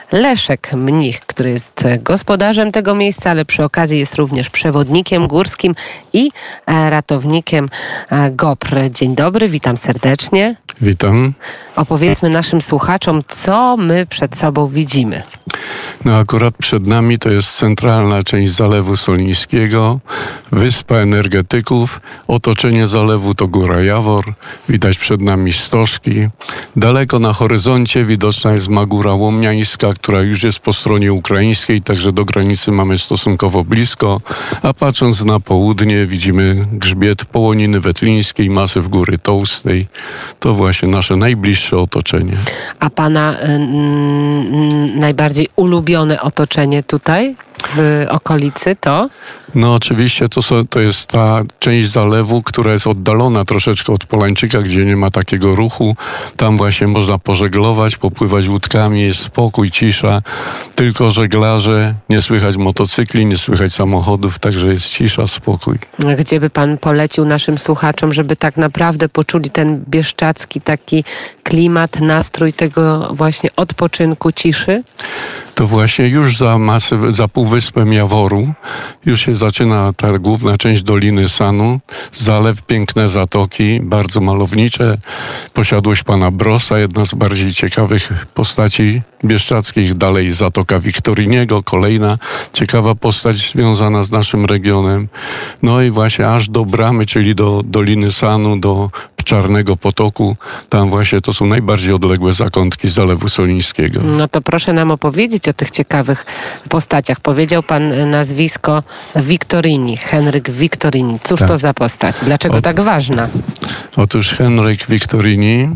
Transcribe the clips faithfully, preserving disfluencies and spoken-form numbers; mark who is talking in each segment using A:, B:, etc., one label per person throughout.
A: Leszek Mnich, który jest gospodarzem tego miejsca, ale przy okazji jest również przewodnikiem górskim i ratownikiem GOPR. Dzień dobry, witam serdecznie.
B: Witam.
A: Opowiedzmy naszym słuchaczom, co my przed sobą widzimy.
B: No akurat przed nami to jest centralna część Zalewu Solińskiego, wyspa energetyków, otoczenie zalewu to Góra Jawor, widać przed nami stożki. Daleko na horyzoncie widoczna jest Magura Łomiańska, która już jest po stronie ukraińskiej, także do granicy mamy stosunkowo blisko, a patrząc na południe widzimy grzbiet Połoniny Wetlińskiej, masyw Góry Tołstej. To właśnie nasze najbliższe otoczenie.
A: A pana y, y, najbardziej ulubione otoczenie tutaj w okolicy to?
B: No oczywiście to, są, to jest ta część zalewu, która jest oddalona troszeczkę od Polańczyka, gdzie nie ma takiego ruchu. Tam właśnie można pożeglować, popływać łódkami, jest spokój, cisza. Tylko żeglarze, nie słychać motocykli, nie słychać samochodów, także jest cisza, spokój.
A: Gdzie by pan polecił naszym słuchaczom, żeby tak naprawdę poczuli ten bieszczacki taki klimat, nastrój tego właśnie odpoczynku, ciszy?
B: To właśnie już za masyw, za półwyspem Jaworu już się zaczyna ta główna część Doliny Sanu. Zalew, piękne zatoki, bardzo malownicze. Posiadłość pana Brosa, jedna z bardziej ciekawych postaci bieszczadzkich. Dalej Zatoka Wiktoriniego, kolejna ciekawa postać związana z naszym regionem. No i właśnie aż do Bramy, czyli do Doliny Sanu, do Czarnego Potoku. Tam właśnie to są najbardziej odległe zakątki Zalewu Solińskiego.
A: No to proszę nam opowiedzieć o tych ciekawych postaciach. Powiedział pan nazwisko Wiktorini, Henryk Wiktorini. Cóż tak. to za postać? Dlaczego o, tak ważna?
B: Otóż Henryk Wiktorini,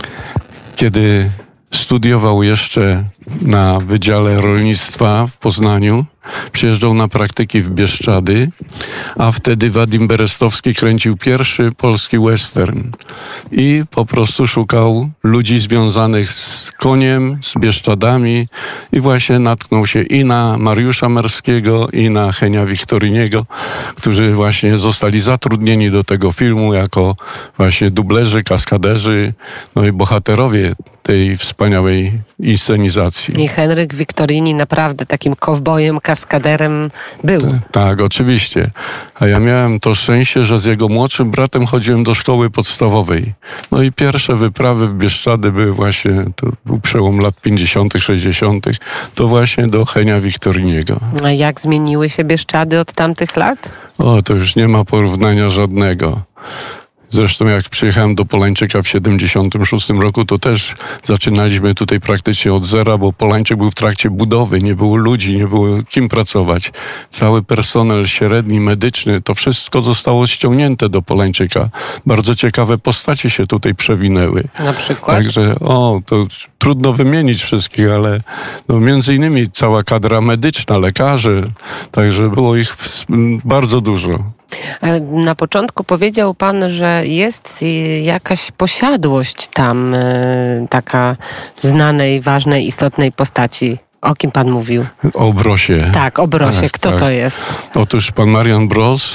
B: kiedy studiował jeszcze na Wydziale Rolnictwa w Poznaniu, przyjeżdżał na praktyki w Bieszczady, a wtedy Wadim Berestowski kręcił pierwszy polski western i po prostu szukał ludzi związanych z koniem, z Bieszczadami i właśnie natknął się i na Mariusza Merskiego, i na Henia Wiktoriniego, którzy właśnie zostali zatrudnieni do tego filmu jako właśnie dublerzy, kaskaderzy, no i bohaterowie tej wspaniałej inscenizacji.
A: I Henryk Wiktorini naprawdę takim kowbojem, kaskaderem był.
B: Tak, tak, oczywiście. A ja miałem to szczęście, że z jego młodszym bratem chodziłem do szkoły podstawowej. No i pierwsze wyprawy w Bieszczady były właśnie, to był przełom lat pięćdziesiątych, sześćdziesiątych, to właśnie do Henia Wiktoriniego.
A: A jak zmieniły się Bieszczady od tamtych lat?
B: O, to już nie ma porównania żadnego. Zresztą jak przyjechałem do Polańczyka w siedemdziesiątym szóstym roku, to też zaczynaliśmy tutaj praktycznie od zera, bo Polańczyk był w trakcie budowy, nie było ludzi, nie było kim pracować. Cały personel średni, medyczny, to wszystko zostało ściągnięte do Polańczyka. Bardzo ciekawe postacie się tutaj przewinęły.
A: Na przykład?
B: Także, o, to trudno wymienić wszystkich, ale no, między innymi cała kadra medyczna, lekarze, także było ich w, bardzo dużo.
A: Na początku powiedział pan, że jest jakaś posiadłość tam taka znanej, ważnej, istotnej postaci. O kim pan mówił?
B: O Brosie.
A: Tak, o Brosie.
B: Tak,
A: Kto
B: tak.
A: to jest?
B: Otóż pan Marian Bros,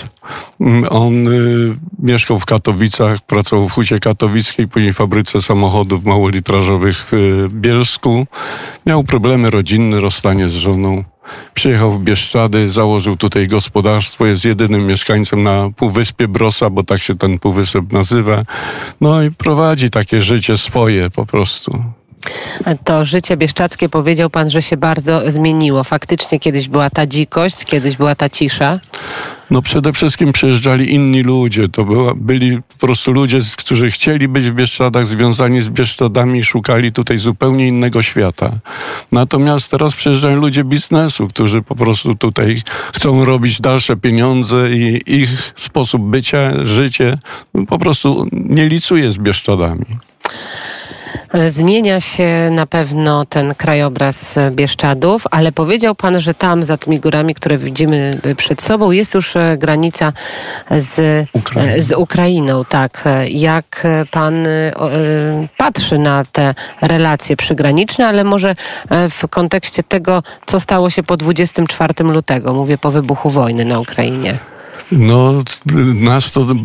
B: on y, mieszkał w Katowicach, pracował w Hucie Katowickiej, później w fabryce samochodów małolitrażowych w y, Bielsku. Miał problemy rodzinne, rozstanie z żoną. Przyjechał w Bieszczady, założył tutaj gospodarstwo, jest jedynym mieszkańcem na Półwyspie Brosa, bo tak się ten półwysep nazywa. No i prowadzi takie życie swoje po prostu.
A: To życie bieszczackie, powiedział pan, że się bardzo zmieniło. Faktycznie kiedyś była ta dzikość, kiedyś była ta cisza.
B: No przede wszystkim przyjeżdżali inni ludzie. To była, byli po prostu ludzie, którzy chcieli być w Bieszczadach, związani z Bieszczadami, szukali tutaj zupełnie innego świata. Natomiast teraz przyjeżdżają ludzie biznesu, którzy po prostu tutaj chcą robić dalsze pieniądze i ich sposób bycia, życie po prostu nie licuje z Bieszczadami.
A: Zmienia się na pewno ten krajobraz Bieszczadów, ale powiedział pan, że tam za tymi górami, które widzimy przed sobą, jest już granica z, Ukrainą. z Ukrainą. Tak. Jak pan patrzy na te relacje przygraniczne, ale może w kontekście tego, co stało się po dwudziestego czwartego lutego, mówię po wybuchu wojny na Ukrainie.
B: No, nas to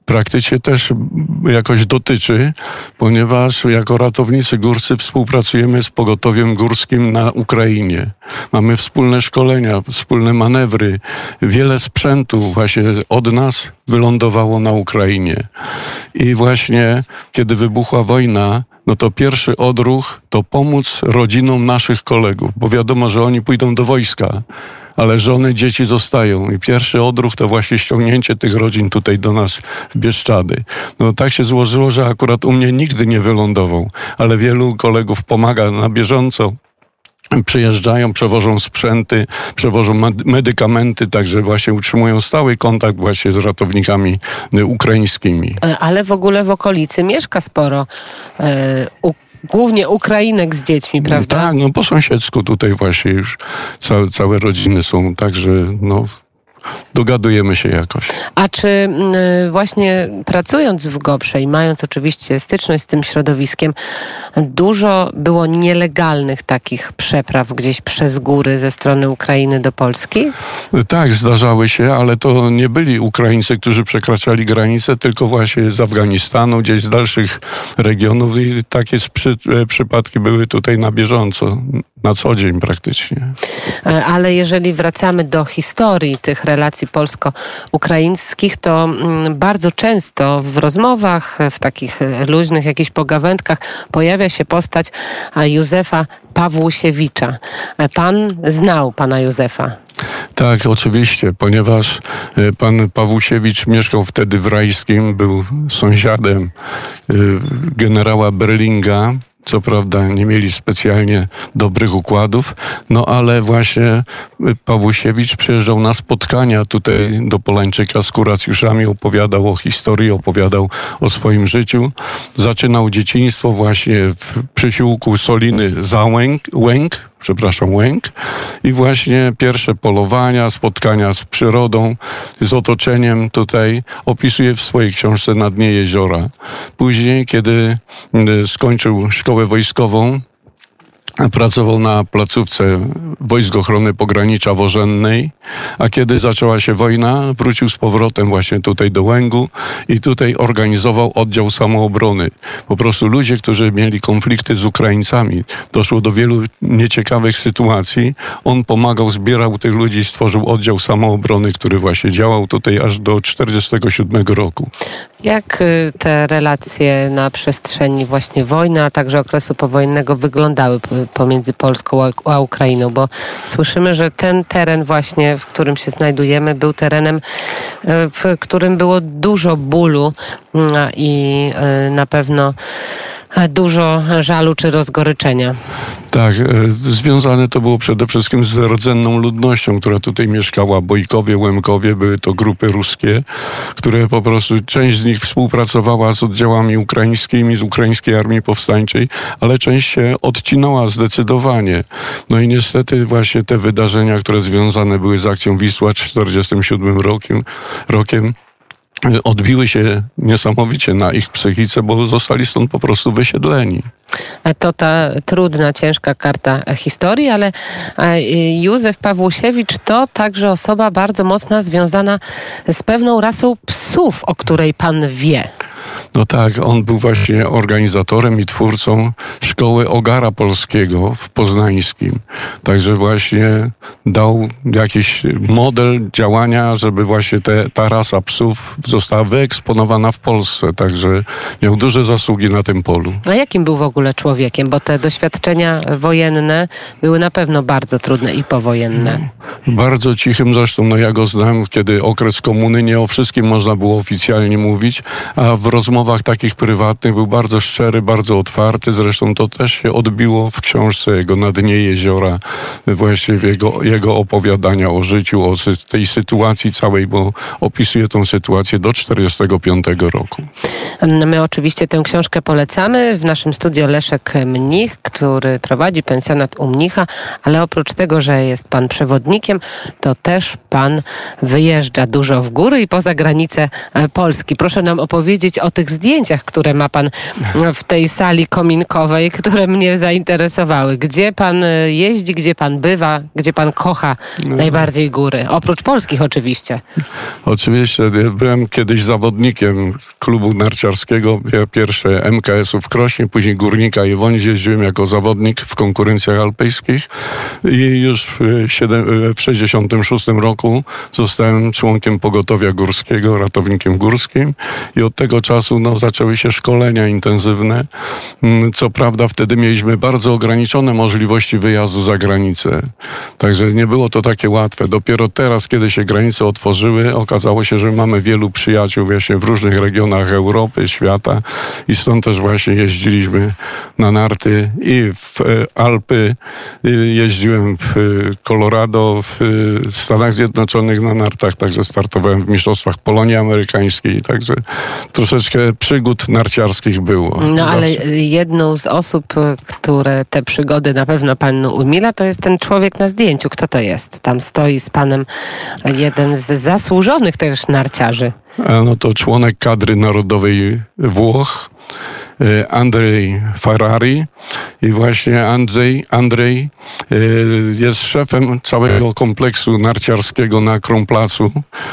B: praktycznie też jakoś dotyczy, ponieważ jako ratownicy górscy współpracujemy z pogotowiem górskim na Ukrainie. Mamy wspólne szkolenia, wspólne manewry. Wiele sprzętu właśnie od nas wylądowało na Ukrainie. I właśnie kiedy wybuchła wojna, no to pierwszy odruch to pomóc rodzinom naszych kolegów, bo wiadomo, że oni pójdą do wojska, ale żony, dzieci zostają. I pierwszy odruch to właśnie ściągnięcie tych rodzin tutaj do nas w Bieszczady. No tak się złożyło, że akurat u mnie nigdy nie wylądował, ale wielu kolegów pomaga na bieżąco. Przyjeżdżają, przewożą sprzęty, przewożą medykamenty, także właśnie utrzymują stały kontakt właśnie z ratownikami ukraińskimi.
A: Ale w ogóle w okolicy mieszka sporo e, u, głównie Ukrainek z dziećmi, prawda?
B: Tak, no po sąsiedzku tutaj właśnie już całe, całe rodziny są, także no dogadujemy się jakoś.
A: A czy y, właśnie pracując w Goprze i mając oczywiście styczność z tym środowiskiem, dużo było nielegalnych takich przepraw gdzieś przez góry ze strony Ukrainy do Polski?
B: Tak, zdarzały się, ale to nie byli Ukraińcy, którzy przekraczali granicę, tylko właśnie z Afganistanu, gdzieś z dalszych regionów i takie przy, przypadki były tutaj na bieżąco, na co dzień praktycznie.
A: Ale jeżeli wracamy do historii tych relacji polsko-ukraińskich, to bardzo często w rozmowach, w takich luźnych jakichś pogawędkach pojawia się postać Józefa Pawłusiewicza. Pan znał pana Józefa?
B: Tak, oczywiście, ponieważ pan Pawłusiewicz mieszkał wtedy w Rajskim, był sąsiadem generała Berlinga. Co prawda nie mieli specjalnie dobrych układów, no ale właśnie Pawłusiewicz przyjeżdżał na spotkania tutaj do Polańczyka z kuracjuszami, opowiadał o historii, opowiadał o swoim życiu. Zaczynał dzieciństwo właśnie w przysiłku Soliny Załęk, Łęk, przepraszam, Łęk i właśnie pierwsze polowania, spotkania z przyrodą, z otoczeniem tutaj opisuje w swojej książce Na dnie jeziora. Później, kiedy skończył szkołę wojskową, pracował na placówce Wojsk Ochrony Pogranicza Wożennej, a kiedy zaczęła się wojna, wrócił z powrotem właśnie tutaj do Łęgu i tutaj organizował oddział samoobrony. Po prostu ludzie, którzy mieli konflikty z Ukraińcami, doszło do wielu nieciekawych sytuacji. On pomagał, zbierał tych ludzi, stworzył oddział samoobrony, który właśnie działał tutaj aż do czterdziestego siódmego roku.
A: Jak te relacje na przestrzeni właśnie wojny, a także okresu powojennego wyglądały pomiędzy Polską a Ukrainą? Bo słyszymy, że ten teren właśnie, w którym się znajdujemy, był terenem, w którym było dużo bólu i na pewno dużo żalu czy rozgoryczenia.
B: Tak, związane to było przede wszystkim z rdzenną ludnością, która tutaj mieszkała. Bojkowie, Łemkowie, były to grupy ruskie, które po prostu, część z nich współpracowała z oddziałami ukraińskimi, z Ukraińskiej Armii Powstańczej, ale część się odcinała zdecydowanie. No i niestety właśnie te wydarzenia, które związane były z akcją Wisła czterdziestym siódmym rokiem, rokiem odbiły się niesamowicie na ich psychice, bo zostali stąd po prostu wysiedleni.
A: To ta trudna, ciężka karta historii, ale Józef Pawłusiewicz to także osoba bardzo mocno związana z pewną rasą psów, o której pan wie.
B: No tak, on był właśnie organizatorem i twórcą Szkoły Ogara Polskiego w Poznańskim. Także właśnie dał jakiś model działania, żeby właśnie te, ta rasa psów została wyeksponowana w Polsce. Także miał duże zasługi na tym polu.
A: A jakim był w ogóle człowiekiem? Bo te doświadczenia wojenne były na pewno bardzo trudne i powojenne.
B: Bardzo cichym zresztą, no ja go znam, kiedy okres komuny, nie o wszystkim można było oficjalnie mówić, a w rozmowach takich prywatnych był bardzo szczery, bardzo otwarty. Zresztą to też się odbiło w książce jego Na dnie jeziora, właśnie jego, jego opowiadania o życiu, o tej sytuacji całej, bo opisuje tą sytuację do czterdziestego piątego roku.
A: My oczywiście tę książkę polecamy. W naszym studio Leszek Mnich, który prowadzi pensjonat u mnicha, ale oprócz tego, że jest pan przewodnikiem, to też pan wyjeżdża dużo w góry i poza granice Polski. Proszę nam opowiedzieć o tych zdjęciach, które ma pan w tej sali kominkowej, które mnie zainteresowały. Gdzie pan jeździ, gdzie pan bywa, gdzie pan kocha najbardziej góry? Oprócz polskich oczywiście.
B: Oczywiście. Byłem kiedyś zawodnikiem klubu narciarskiego, pierwsze M K S-u w Krośnie, później Górnika i Woń. Jeździłem jako zawodnik w konkurencjach alpejskich i już w sześćdziesiątym szóstym roku zostałem członkiem pogotowia górskiego, ratownikiem górskim i od tego czasu no, zaczęły się szkolenia intensywne. Co prawda wtedy mieliśmy bardzo ograniczone możliwości wyjazdu za granicę. Także nie było to takie łatwe. Dopiero teraz, kiedy się granice otworzyły, okazało się, że mamy wielu przyjaciół właśnie w różnych regionach Europy, świata i stąd też właśnie jeździliśmy na narty i w Alpy. Jeździłem w Colorado, w Stanach Zjednoczonych na nartach, także startowałem w mistrzostwach Polonii Amerykańskiej, także troszeczkę przygód narciarskich było.
A: No ale jedną z osób, które te przygody na pewno panu umila, to jest ten człowiek na zdjęciu. Kto to jest? Tam stoi z panem jeden z zasłużonych też narciarzy.
B: No to członek kadry narodowej Włoch, Andrzej Ferrari i właśnie Andrzej, Andrzej jest szefem całego kompleksu narciarskiego na Kronplacu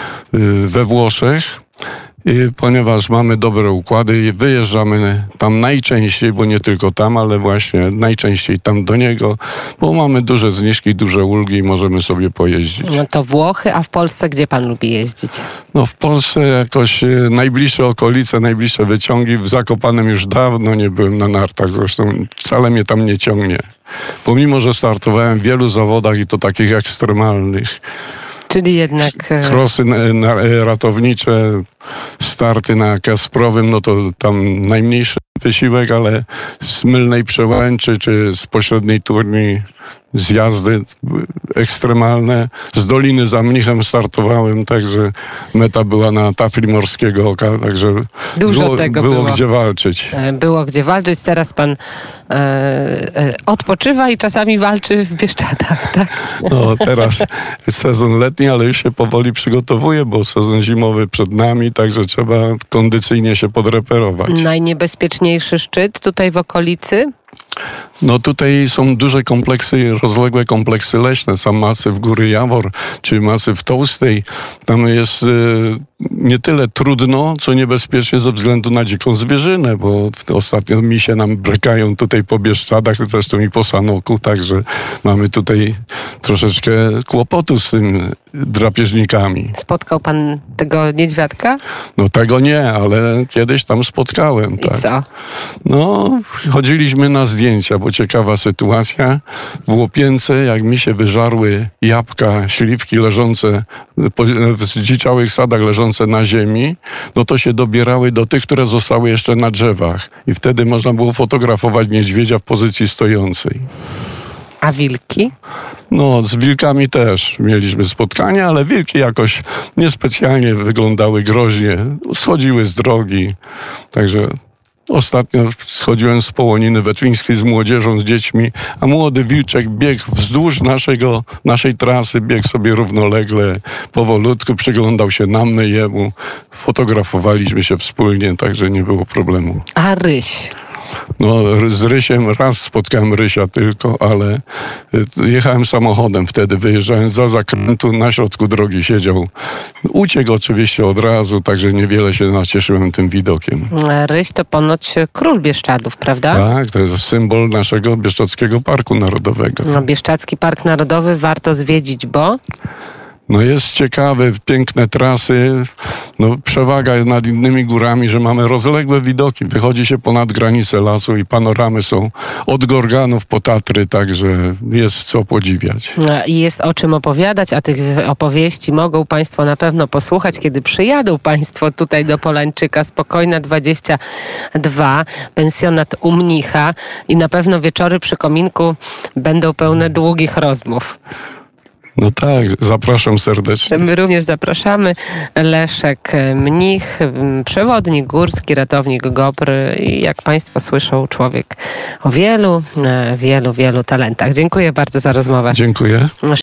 B: we Włoszech. I ponieważ mamy dobre układy, wyjeżdżamy tam najczęściej, bo nie tylko tam, ale właśnie najczęściej tam do niego, bo mamy duże zniżki, duże ulgi i możemy sobie pojeździć.
A: No to Włochy, a w Polsce gdzie pan lubi jeździć?
B: No w Polsce jakoś najbliższe okolice, najbliższe wyciągi. W Zakopanem już dawno nie byłem na nartach, zresztą wcale mnie tam nie ciągnie. Pomimo, że startowałem w wielu zawodach i to takich ekstremalnych.
A: Czyli jednak...
B: Krosy ratownicze, starty na Kasprowym, no to tam najmniejszy wysiłek, ale z Mylnej Przełęczy czy z pośredniej turni zjazdy ekstremalne. Z Doliny za Mnichem startowałem, także meta była na tafli Morskiego Oka, także
A: Dużo
B: było,
A: tego
B: było,
A: było
B: gdzie walczyć.
A: Było gdzie walczyć. Teraz pan e, e, odpoczywa i czasami walczy w Bieszczadach, tak?
B: No teraz sezon letni, ale już się powoli przygotowuje, bo sezon zimowy przed nami, także trzeba kondycyjnie się podreperować.
A: Najniebezpieczniejszy szczyt tutaj w okolicy?
B: No tutaj są duże kompleksy, rozległe kompleksy leśne, sam masyw Góry Jawor, czy masyw Tołstej. Tam jest y, nie tyle trudno, co niebezpiecznie ze względu na dziką zwierzynę, bo ostatnio misie nam brekają tutaj po Bieszczadach, zresztą i po Sanoku, także mamy tutaj troszeczkę kłopotu z tym drapieżnikami.
A: Spotkał pan tego niedźwiadka?
B: No tego nie, ale kiedyś tam spotkałem.
A: I
B: tak.
A: co?
B: No, chodziliśmy na zdjęcia, bo ciekawa sytuacja. W Łopience, jak mi się wyżarły jabłka, śliwki leżące w zdziczałych sadach, leżące na ziemi, no to się dobierały do tych, które zostały jeszcze na drzewach. I wtedy można było fotografować niedźwiedzia w pozycji stojącej.
A: A wilki?
B: No, z wilkami też mieliśmy spotkania, ale wilki jakoś niespecjalnie wyglądały groźnie. Schodziły z drogi, także... Ostatnio schodziłem z Połoniny Wetwińskiej z młodzieżą, z dziećmi, a młody wilczek biegł wzdłuż naszego, naszej trasy, biegł sobie równolegle, powolutku, przyglądał się nam, my jemu. Fotografowaliśmy się wspólnie, także nie było problemu.
A: A ryś?
B: No, z rysiem raz spotkałem rysia tylko, ale jechałem samochodem wtedy, wyjeżdżając za zakrętu, na środku drogi siedział. Uciekł oczywiście od razu, także niewiele się nacieszyłem tym widokiem.
A: Ryś to ponoć król Bieszczadów, prawda?
B: Tak, to jest symbol naszego Bieszczadzkiego Parku Narodowego.
A: No, Bieszczadzki Park Narodowy warto zwiedzić, bo...
B: No jest ciekawy, piękne trasy, no przewaga nad innymi górami, że mamy rozległe widoki. Wychodzi się ponad granicę lasu i panoramy są od Gorganów po Tatry, także jest co podziwiać.
A: I jest o czym opowiadać, a tych opowieści mogą państwo na pewno posłuchać, kiedy przyjadą państwo tutaj do Polańczyka. Spokojna dwadzieścia dwa, pensjonat u Mnicha i na pewno wieczory przy kominku będą pełne długich rozmów.
B: No tak, zapraszam serdecznie.
A: My również zapraszamy. Leszek Mnich, przewodnik górski, ratownik GOPR i jak państwo słyszą, człowiek o wielu, wielu, wielu talentach. Dziękuję bardzo za rozmowę.
B: Dziękuję.